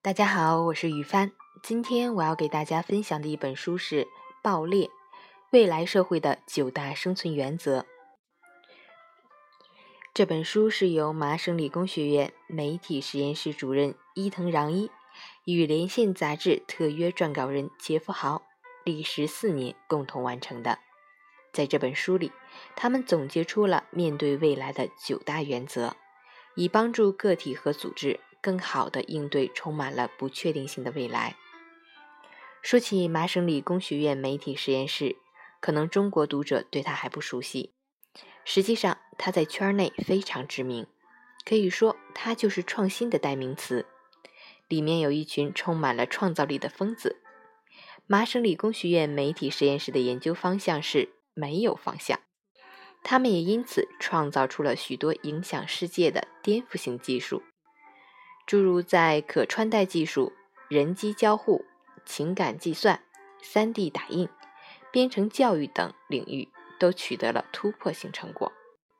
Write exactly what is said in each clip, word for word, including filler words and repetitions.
大家好，我是雨帆。今天我要给大家分享的一本书是《爆裂：未来社会的九大生存原则》。这本书是由麻省理工学院媒体实验室主任伊藤穰一与连线杂志特约撰稿人杰夫豪历时四年共同完成的。在这本书里，他们总结出了面对未来的九大原则，以帮助个体和组织更好地应对充满了不确定性的未来。说起麻省理工学院媒体实验室，可能中国读者对它还不熟悉。实际上，它在圈内非常知名，可以说它就是创新的代名词。里面有一群充满了创造力的疯子。麻省理工学院媒体实验室的研究方向是没有方向，他们也因此创造出了许多影响世界的颠覆性技术，诸如在可穿戴技术、人机交互、情感计算、三 D 打印、编程教育等领域都取得了突破性成果。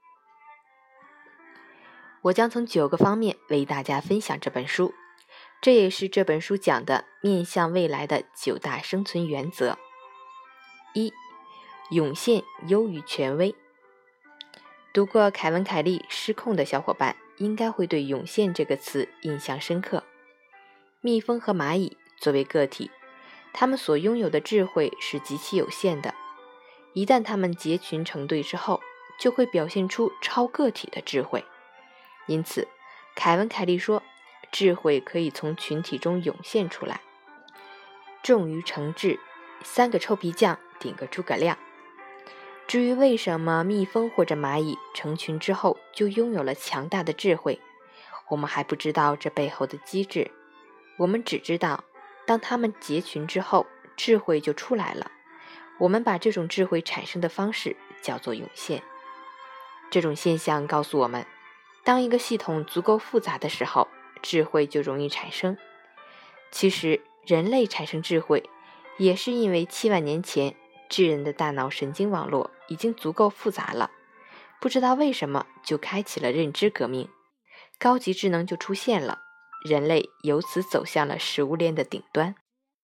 我将从九个方面为大家分享这本书，这也是这本书讲的面向未来的九大生存原则。一、涌现优于权威。读过凯文·凯利《失控》的小伙伴应该会对涌现这个词印象深刻。蜜蜂和蚂蚁作为个体，它们所拥有的智慧是极其有限的，一旦它们结群成队之后，就会表现出超个体的智慧。因此，凯文·凯利说，智慧可以从群体中涌现出来。重于成智，三个臭皮匠顶个诸葛亮。至于为什么蜜蜂或者蚂蚁成群之后就拥有了强大的智慧，我们还不知道这背后的机制。我们只知道，当它们结群之后，智慧就出来了。我们把这种智慧产生的方式叫做涌现。这种现象告诉我们，当一个系统足够复杂的时候，智慧就容易产生。其实，人类产生智慧，也是因为七万年前智人的大脑神经网络已经足够复杂了，不知道为什么就开启了认知革命，高级智能就出现了，人类由此走向了食物链的顶端。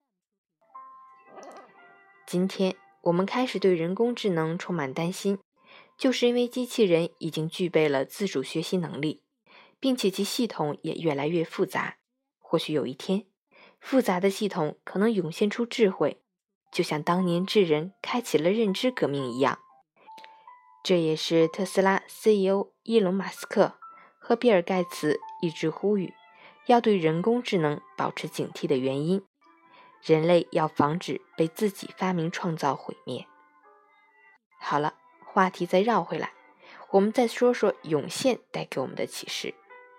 今天我们开始对人工智能充满担心，就是因为机器人已经具备了自主学习能力，并且其系统也越来越复杂。或许有一天，复杂的系统可能涌现出智慧，就像当年智人开启了认知革命一样。这也是特斯拉 C E O 伊隆·马斯克和比尔·盖茨一直呼吁要对人工智能保持警惕的原因。人类要防止被自己发明创造毁灭。好了，话题再绕回来，我们再说说涌现带给我们的启示。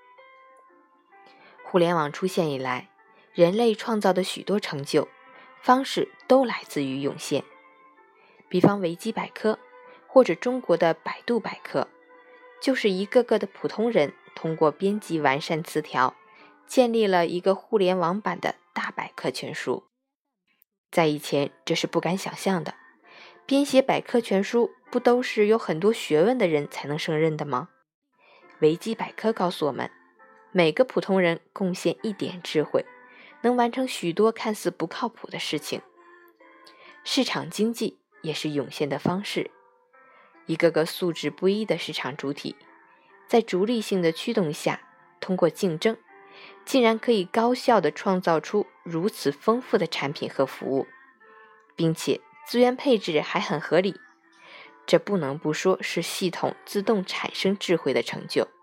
互联网出现以来，人类创造的许多成就方式都来自于涌现。比方维基百科或者中国的百度百科，就是一个个的普通人通过编辑完善词条，建立了一个互联网版的大百科全书。在以前，这是不敢想象的。编写百科全书不都是有很多学问的人才能胜任的吗？维基百科告诉我们，每个普通人贡献一点智慧，能完成许多看似不靠谱的事情。市场经济也是涌现的方式。一个个素质不一的市场主体，在逐利性的驱动下，通过竞争，竟然可以高效地创造出如此丰富的产品和服务，并且资源配置还很合理。这不能不说是系统自动产生智慧的成就。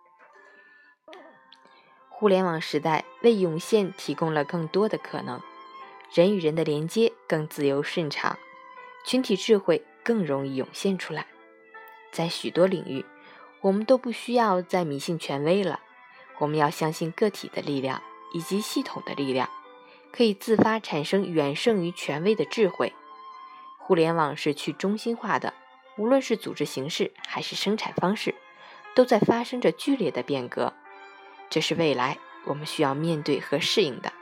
互联网时代为涌现提供了更多的可能，人与人的连接更自由顺畅，群体智慧更容易涌现出来。在许多领域，我们都不需要再迷信权威了，我们要相信个体的力量以及系统的力量，可以自发产生远胜于权威的智慧。互联网是去中心化的，无论是组织形式还是生产方式，都在发生着剧烈的变革。这是未来我们需要面对和适应的。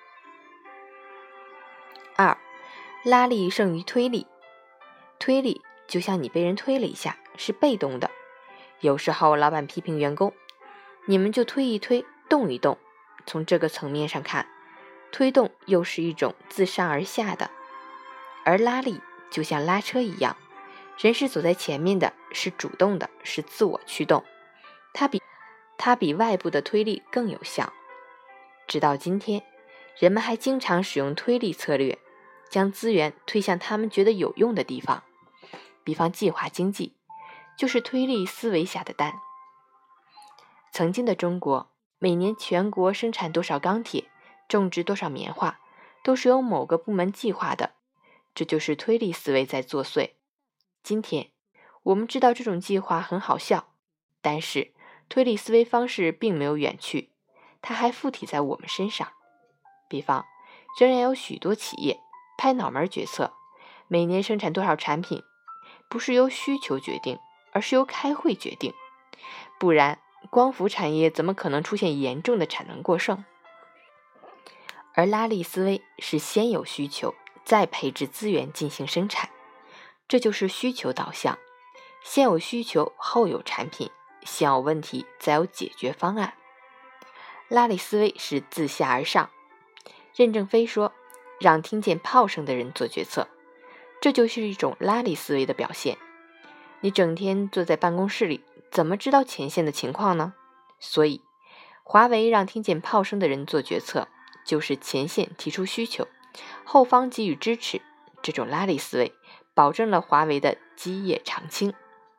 二、拉力胜于推力。推力就像你被人推了一下，是被动的。有时候老板批评员工，你们就推一推，动一动。从这个层面上看， 推动又是一种自上而下的，而拉力就像拉车一样，人是走在前面的，是主动的，是自我驱动，它比它比外部的推力更有效。直到今天，人们还经常使用推力策略，将资源推向他们觉得有用的地方。比方计划经济，就是推力思维下的蛋。曾经的中国，每年全国生产多少钢铁，种植多少棉花，都是由某个部门计划的，这就是推力思维在作祟。今天，我们知道这种计划很好笑，但是推力思维方式并没有远去，它还附体在我们身上。比方，仍然有许多企业拍脑门决策，每年生产多少产品，不是由需求决定，而是由开会决定。不然，光伏产业怎么可能出现严重的产能过剩？而拉力思维是先有需求，再配置资源进行生产，这就是需求导向。先有需求，后有产品；先有问题，再有解决方案。拉力思维是自下而上。任正非说，让听见炮声的人做决策，这就是一种拉力思维的表现。你整天坐在办公室里，怎么知道前线的情况呢？所以，华为让听见炮声的人做决策，就是前线提出需求，后方给予支持，这种拉力思维保证了华为的基业长青。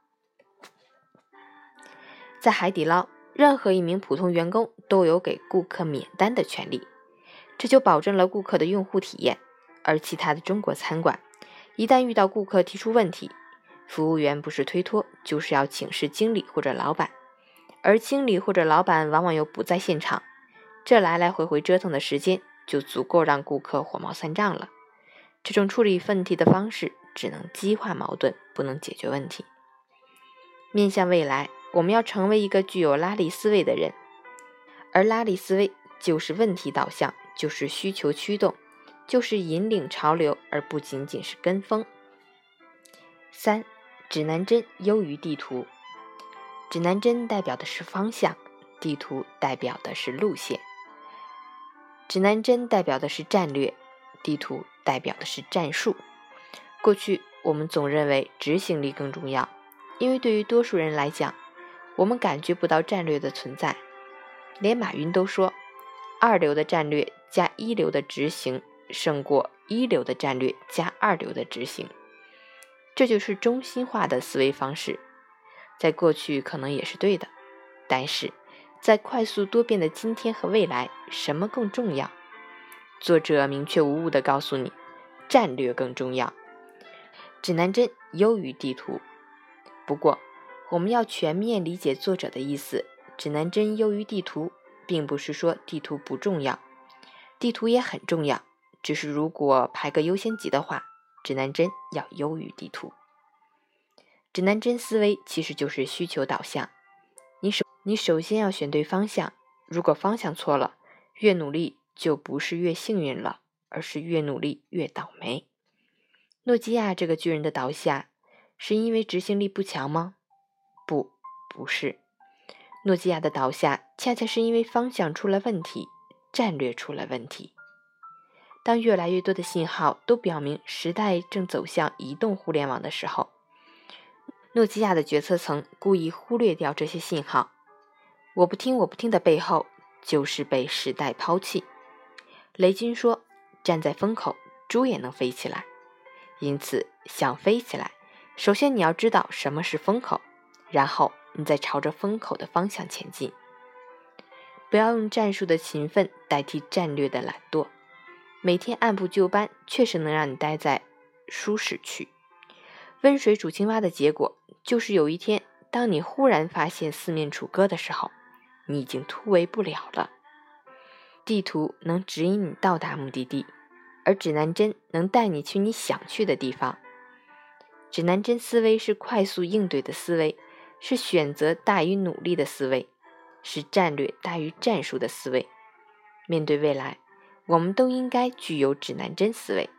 在海底捞，任何一名普通员工都有给顾客免单的权利，这就保证了顾客的用户体验。而其他的中国餐馆，一旦遇到顾客提出问题，服务员不是推脱，就是要请示经理或者老板，而经理或者老板往往又不在现场，这来来回回折腾的时间就足够让顾客火冒三丈了。这种处理问题的方式只能激化矛盾，不能解决问题。面向未来，我们要成为一个具有拉力思维的人，而拉力思维就是问题导向，就是需求驱动，就是引领潮流，而不仅仅是跟风。三，指南针优于地图。指南针代表的是方向，地图代表的是路线。指南针代表的是战略，地图代表的是战术。过去我们总认为执行力更重要，因为对于多数人来讲，我们感觉不到战略的存在。连马云都说，二流的战略加一流的执行胜过一流的战略加二流的执行。这就是中心化的思维方式，在过去可能也是对的，但是在快速多变的今天和未来，什么更重要？作者明确无误地告诉你，战略更重要。指南针优于地图。不过，我们要全面理解作者的意思，指南针优于地图，并不是说地图不重要，地图也很重要，只是如果排个优先级的话，指南针要优于地图。指南针思维其实就是需求导向，你首你首先要选对方向，如果方向错了，越努力就不是越幸运了，而是越努力越倒霉。诺基亚这个巨人的倒下，是因为执行力不强吗？不，不是。诺基亚的倒下，恰恰是因为方向出了问题，战略出了问题。当越来越多的信号都表明时代正走向移动互联网的时候，诺基亚的决策层故意忽略掉这些信号。我不听我不听的背后，就是被时代抛弃。雷军说，站在风口，猪也能飞起来。因此，想飞起来，首先你要知道什么是风口，然后你再朝着风口的方向前进。不要用战术的勤奋代替战略的懒惰。每天按部就班，确实能让你待在舒适区。温水煮青蛙的结果，就是有一天，当你忽然发现四面楚歌的时候，你已经突围不了了。地图能指引你到达目的地，而指南针能带你去你想去的地方。指南针思维是快速应对的思维，是选择大于努力的思维，是战略大于战术的思维。面对未来，我们都应该具有指南针思维。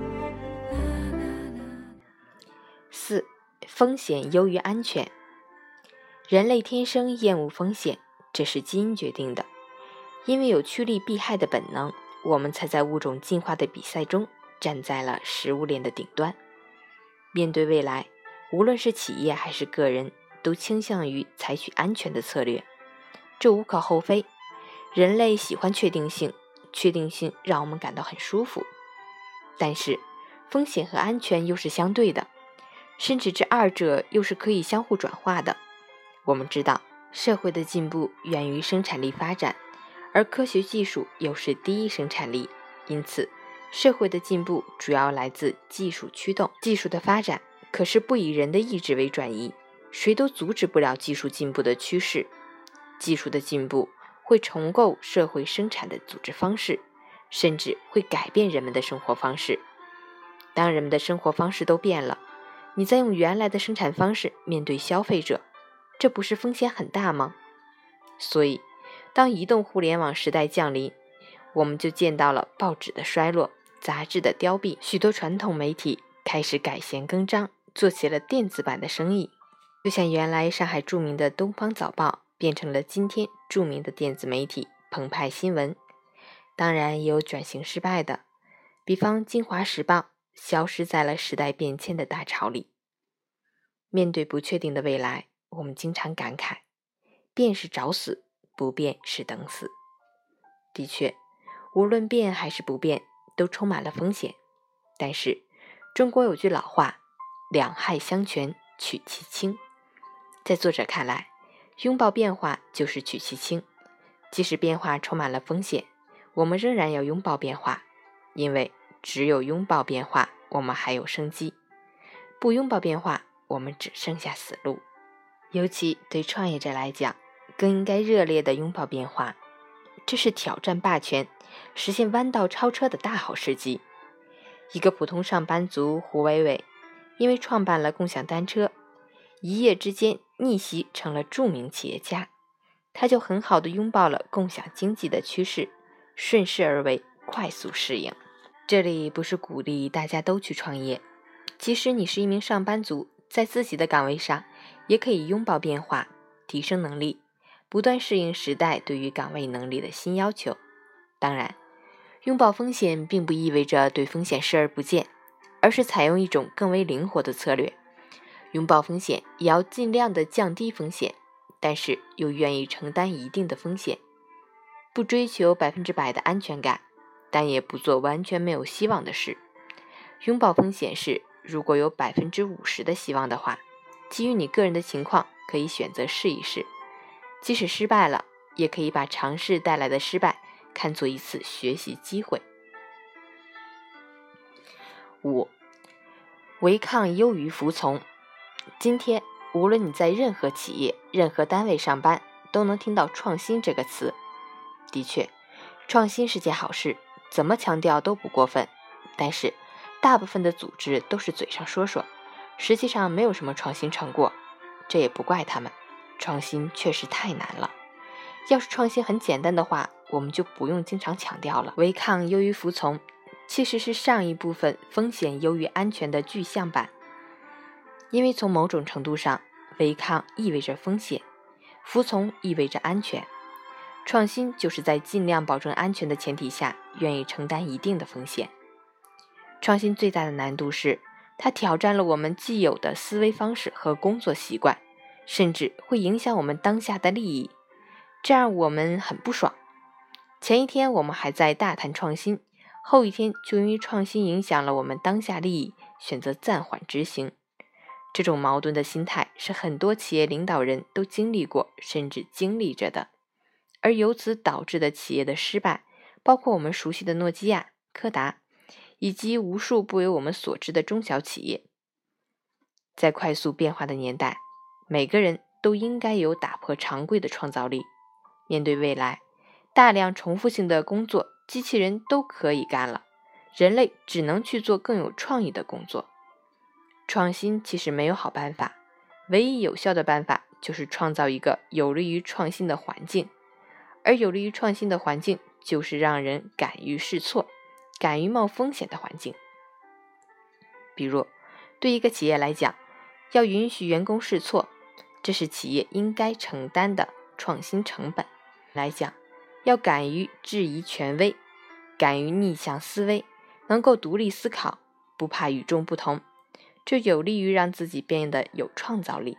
四，风险优于安全。 人类天生厌恶风险，这是基因决定的。因为有趋利避害的本能，我们才在物种进化的比赛中站在了食物链的顶端。面对未来，无论是企业还是个人，都倾向于采取安全的策略，这无可厚非。人类喜欢确定性，确定性让我们感到很舒服。但是，风险和安全又是相对的，甚至这二者又是可以相互转化的。我们知道，社会的进步源于生产力发展，而科学技术又是第一生产力，因此社会的进步主要来自技术驱动。技术的发展可是不以人的意志为转移，谁都阻止不了技术进步的趋势。技术的进步会重构社会生产的组织方式，甚至会改变人们的生活方式。当人们的生活方式都变了，你再用原来的生产方式面对消费者，这不是风险很大吗？所以当移动互联网时代降临，我们就见到了报纸的衰落，杂志的凋敝，许多传统媒体开始改弦更张，做起了电子版的生意。就像原来上海著名的东方早报变成了今天著名的电子媒体澎湃新闻。当然也有转型失败的，比方金华时报消失在了时代变迁的大潮里。面对不确定的未来，我们经常感慨，变是找死，不变是等死。的确，无论变还是不变，都充满了风险。但是中国有句老话，两害相权取其轻。在作者看来，拥抱变化就是取其轻。即使变化充满了风险，我们仍然要拥抱变化，因为只有拥抱变化，我们还有生机。不拥抱变化，我们只剩下死路。尤其对创业者来讲，更应该热烈地拥抱变化，这是挑战霸权，实现弯道超车的大好时机。一个普通上班族胡伟伟，因为创办了共享单车，一夜之间逆袭成了著名企业家。他就很好地拥抱了共享经济的趋势，顺势而为，快速适应。这里不是鼓励大家都去创业，即使你是一名上班族，在自己的岗位上也可以拥抱变化，提升能力，不断适应时代对于岗位能力的新要求。当然，拥抱风险并不意味着对风险视而不见，而是采用一种更为灵活的策略。拥抱风险也要尽量的降低风险，但是又愿意承担一定的风险，不追求百分之百的安全感，但也不做完全没有希望的事。拥抱风险是，如果有百分之五十的希望的话，基于你个人的情况，可以选择试一试。即使失败了，也可以把尝试带来的失败看作一次学习机会。五，违抗优于服从。今天无论你在任何企业、任何单位上班，都能听到创新这个词。的确，创新是件好事，怎么强调都不过分。但是大部分的组织都是嘴上说说，实际上没有什么创新成果。这也不怪他们，创新确实太难了。要是创新很简单的话，我们就不用经常强调了。违抗优于服从其实是上一部分风险优于安全的具象版。因为从某种程度上，违抗意味着风险，服从意味着安全。创新就是在尽量保证安全的前提下，愿意承担一定的风险。创新最大的难度是，它挑战了我们既有的思维方式和工作习惯，甚至会影响我们当下的利益，这让我们很不爽。前一天我们还在大谈创新，后一天就因为创新影响了我们当下利益，选择暂缓执行。这种矛盾的心态是很多企业领导人都经历过，甚至经历着的。而由此导致的企业的失败，包括我们熟悉的诺基亚、柯达，以及无数不为我们所知的中小企业。在快速变化的年代，每个人都应该有打破常规的创造力。面对未来，大量重复性的工作，机器人都可以干了，人类只能去做更有创意的工作。创新其实没有好办法，唯一有效的办法就是创造一个有利于创新的环境，而有利于创新的环境就是让人敢于试错、敢于冒风险的环境。比如，对一个企业来讲，要允许员工试错， 这是企业应该承担的创新成本。来讲，要敢于质疑权威，敢于逆向思维，能够独立思考，不怕与众不同，这有利于让自己变得有创造力。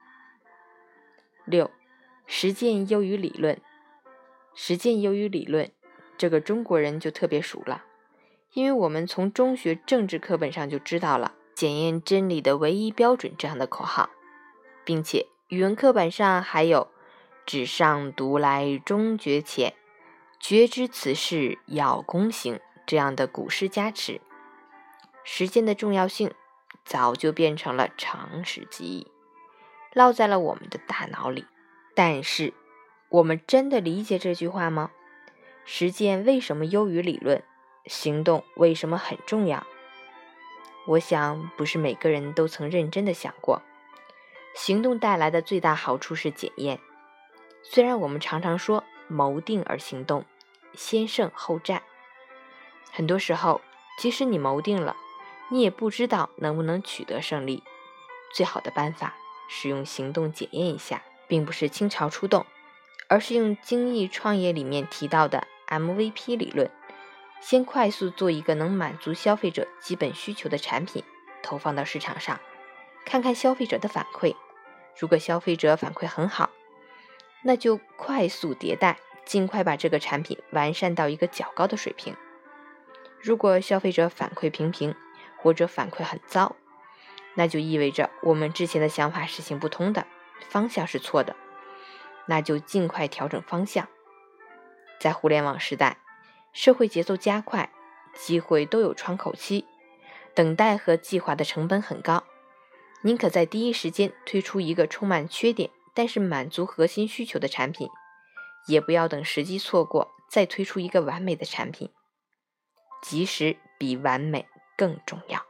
六，实践优于理论。实践优于理论，这个中国人就特别熟了，因为我们从中学政治课本上就知道了检验真理的唯一标准这样的口号，并且语文课本上还有纸上读来终觉浅，觉知此事要躬行这样的古诗加持。实践的重要性早就变成了常识记忆，烙在了我们的大脑里。但是我们真的理解这句话吗？实践为什么优于理论？行动为什么很重要？我想不是每个人都曾认真的想过。行动带来的最大好处是检验。虽然我们常常说谋定而行动，先胜后战，很多时候即使你谋定了，你也不知道能不能取得胜利。最好的办法是用行动检验一下，并不是倾巢出动，而是用精益创业里面提到的 M V P 理论，先快速做一个能满足消费者基本需求的产品，投放到市场上，看看消费者的反馈。如果消费者反馈很好，那就快速迭代，尽快把这个产品完善到一个较高的水平。如果消费者反馈平平，或者反馈很糟，那就意味着我们之前的想法是行不通的，方向是错的，那就尽快调整方向。在互联网时代，社会节奏加快，机会都有窗口期，等待和计划的成本很高，宁可在第一时间推出一个充满缺点但是满足核心需求的产品，也不要等时机错过再推出一个完美的产品。及时比完美更重要。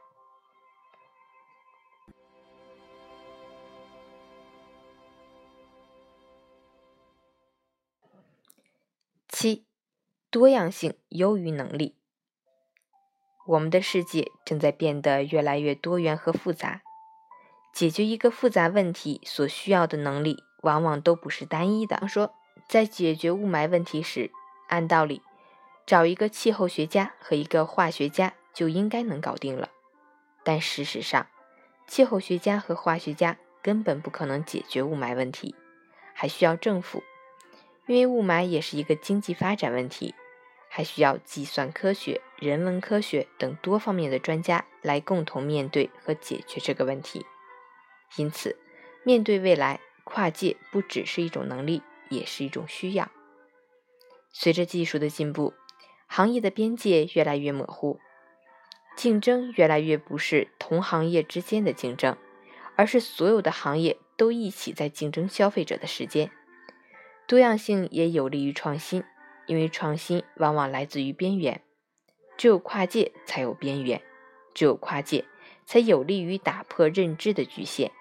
七，多样性优于能力。我们的世界正在变得越来越多元和复杂，解决一个复杂问题所需要的能力往往都不是单一的。比方说，在解决雾霾问题时，按道理找一个气候学家和一个化学家就应该能搞定了，但事实上，气候学家和化学家根本不可能解决雾霾问题，还需要政府，因为雾霾也是一个经济发展问题，还需要计算科学、人文科学等多方面的专家来共同面对和解决这个问题。因此，面对未来，跨界不只是一种能力，也是一种需要。随着技术的进步，行业的边界越来越模糊，竞争越来越不是同行业之间的竞争，而是所有的行业都一起在竞争消费者的时间。多样性也有利于创新，因为创新往往来自于边缘，只有跨界才有边缘，只有跨界才有利于打破认知的局限。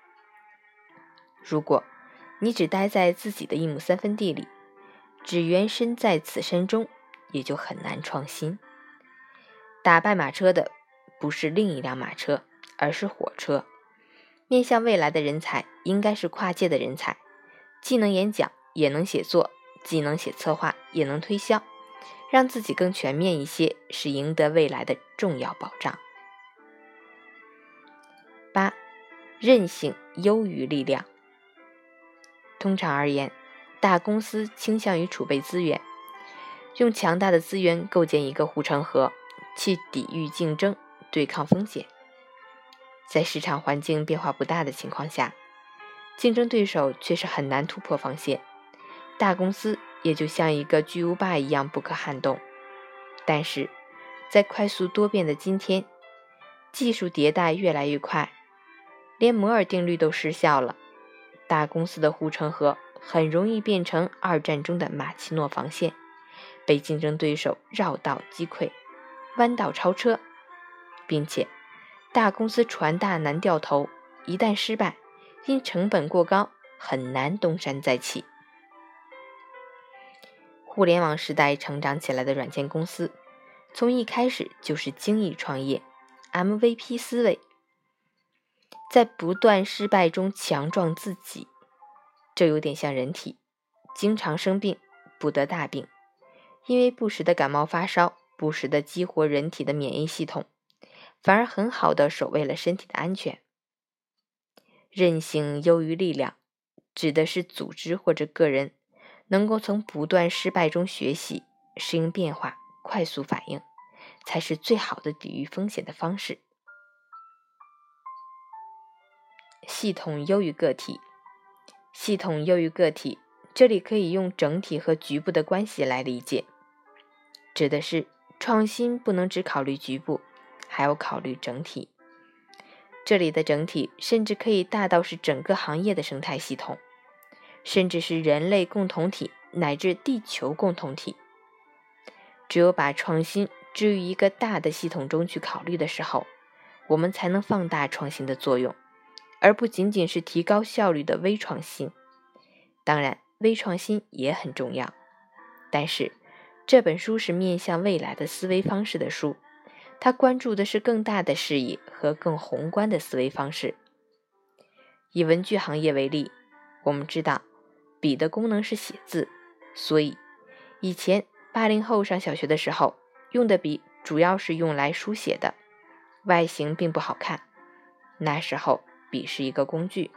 如果你只待在自己的一亩三分地里，只缘身在此山中，也就很难创新。打败马车的不是另一辆马车，而是火车。面向未来的人才应该是跨界的人才，既能演讲也能写作，既能写策划也能推销，让自己更全面一些，是赢得未来的重要保障。八，韧性优于力量。通常而言，大公司倾向于储备资源，用强大的资源构建一个护城河，去抵御竞争，对抗风险。在市场环境变化不大的情况下，竞争对手却是很难突破防线，大公司也就像一个巨无霸一样不可撼动。但是在快速多变的今天，技术迭代越来越快，连摩尔定律都失效了，大公司的护城河很容易变成二战中的马奇诺防线，被竞争对手绕道击溃，弯道超车，并且大公司船大难掉头，一旦失败，因成本过高，很难东山再起。互联网时代成长起来的软件公司，从一开始就是精益创业 M V P 思维。 在不断失败中强壮自己。这有点像人体，经常生病，不得大病，因为不时的感冒发烧，不时的激活人体的免疫系统，反而很好的守卫了身体的安全。韧性优于力量，指的是组织或者个人能够从不断失败中学习，适应变化，快速反应，才是最好的抵御风险的方式。系统优于个体，系统优于个体，这里可以用整体和局部的关系来理解，指的是创新不能只考虑局部，还要考虑整体。这里的整体甚至可以大到是整个行业的生态系统，甚至是人类共同体乃至地球共同体。只有把创新置于一个大的系统中去考虑的时候，我们才能放大创新的作用，而不仅仅是提高效率的微创新。当然，微创新也很重要，但是这本书是面向未来的思维方式的书，它关注的是更大的视野和更宏观的思维方式。以文具行业为例，我们知道笔的功能是写字，所以以前八零后上小学的时候用的笔主要是用来书写的，外形并不好看，那时候笔是一个工具。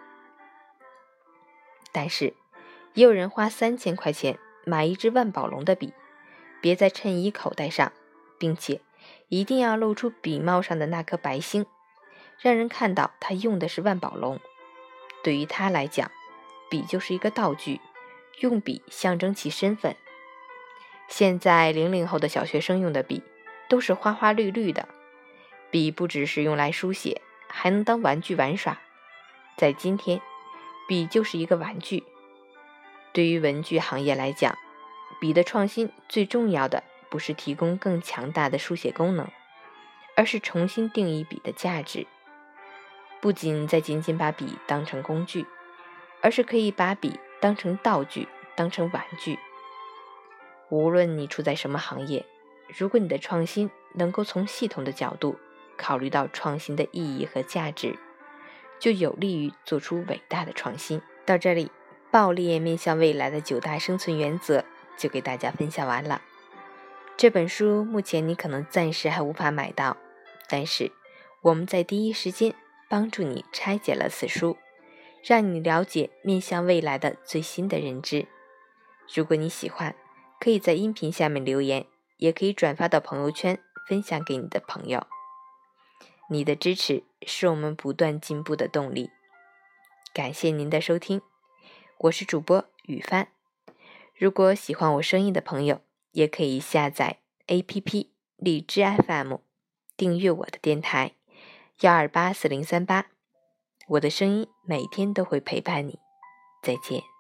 但是也有人花三千块钱买一支万宝龙的笔，别在衬衣口袋上，并且一定要露出笔帽上的那颗白星，让人看到他用的是万宝龙。对于他来讲，笔就是一个道具，用笔象征其身份。现在零零后的小学生用的笔都是花花绿绿的，笔不只是用来书写，还能当玩具玩耍。在今天，笔就是一个玩具。对于文具行业来讲，笔的创新最重要的不是提供更强大的书写功能，而是重新定义笔的价值。不仅再仅仅把笔当成工具，而是可以把笔当成道具，当成玩具。无论你处在什么行业，如果你的创新能够从系统的角度考虑到创新的意义和价值，就有利于做出伟大的创新。到这里，爆裂面向未来的九大生存原则就给大家分享完了。这本书目前你可能暂时还无法买到，但是我们在第一时间帮助你拆解了此书，让你了解面向未来的最新的认知。如果你喜欢，可以在音频下面留言，也可以转发到朋友圈，分享给你的朋友。你的支持是我们不断进步的动力。感谢您的收听，我是主播雨帆。如果喜欢我声音的朋友，也可以下载 A P P 荔枝 F M， 订阅我的电台一二八四零三八，我的声音每天都会陪伴你。再见。